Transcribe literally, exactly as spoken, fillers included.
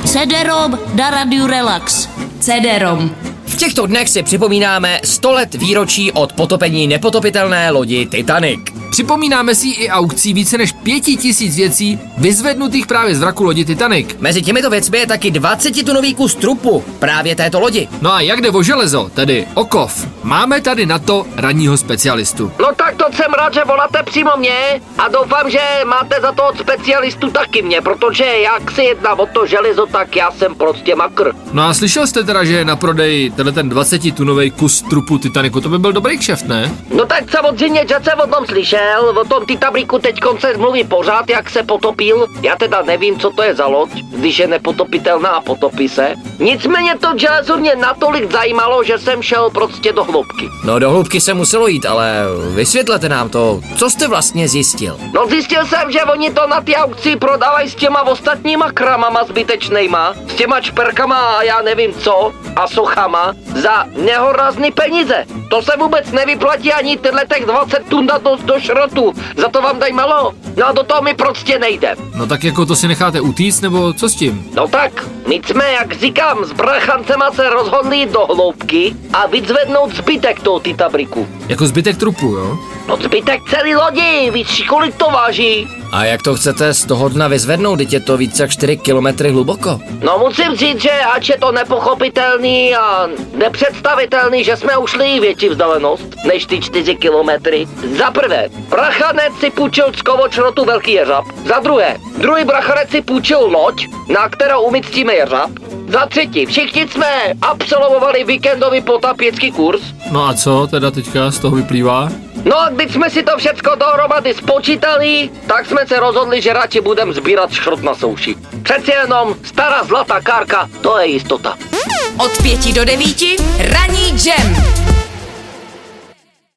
cé dé-rom na Radiu Relax. cé dé-rom. V těchto dnech si připomínáme sto let výročí od potopení nepotopitelné lodi Titanic. Připomínáme si i aukcí více než pěti tisíc věcí vyzvednutých právě z vraku lodi Titanic. Mezi těmito věcmi je taky dvacetitunový kus trupu právě této lodi. No a jak jde o železo, tedy o kov, máme tady na to ranního specialistu. No tak to jsem rád, že voláte přímo mě a doufám, že máte za to od specialistu taky mě, protože jak se jedná o to železo, tak já jsem prostě makr. No a slyšel jste teda, že je na prodej tenhle ten dvacetitunový kus trupu Titanicu, to by byl dobrý kšeft, ne? No tak samozřejmě, že jsem o tom slyšel, o tom Titanicu teď se mluví pořád, jak se potopil. Já teda nevím, co to je za loď, když je nepotopitelná a potopí se. Nicméně to železo mě natolik zajímalo, že jsem šel prostě do hloubky. No do hloubky se muselo jít, ale vysvětlete nám to, co jste vlastně zjistil? No zjistil jsem, že oni to na ty aukci prodávají s těma ostatníma kramama zbytečnejma, s těma čperkama a já nevím co, a sochama, za nehorázný peníze. To se vůbec nevyplatí ani tyhle těch dvacet tun do, do šrotu, za to vám dají malo. No a do toho mi prostě nejde. No tak jako to si necháte utíct, nebo co s tím? No tak, my jsme, jak říkám, s brachancema se rozhodli jít do hloubky a vyzvednout zbytek toho Titanicu. Jako zbytek trupu, jo? No zbytek celý lodi, víš, kolik to váží? A jak to chcete z toho dna vyzvednout, teď je to více jak čtyři kilometry hluboko? No musím říct, že ač je to nepochopitelný a nepředstavitelný, že jsme ušli větší vzdálenost než ty čtyři kilometry. Za prvé, brachanec si půjčil z kovočrotu velký jeřáb. Za druhé, druhý brachanec si půjčil loď, na kterou umístíme jeřáb. Za třetí, všichni jsme absolvovali víkendový potapěcký kurz. No a co teda teďka z toho vyplývá? No a když jsme si to všecko dohromady spočítali, tak jsme se rozhodli, že radši budeme sbírat šrot na souši. Přeci jenom stará zlatá kárka, to je jistota. Od pěti do devíti ranní džem.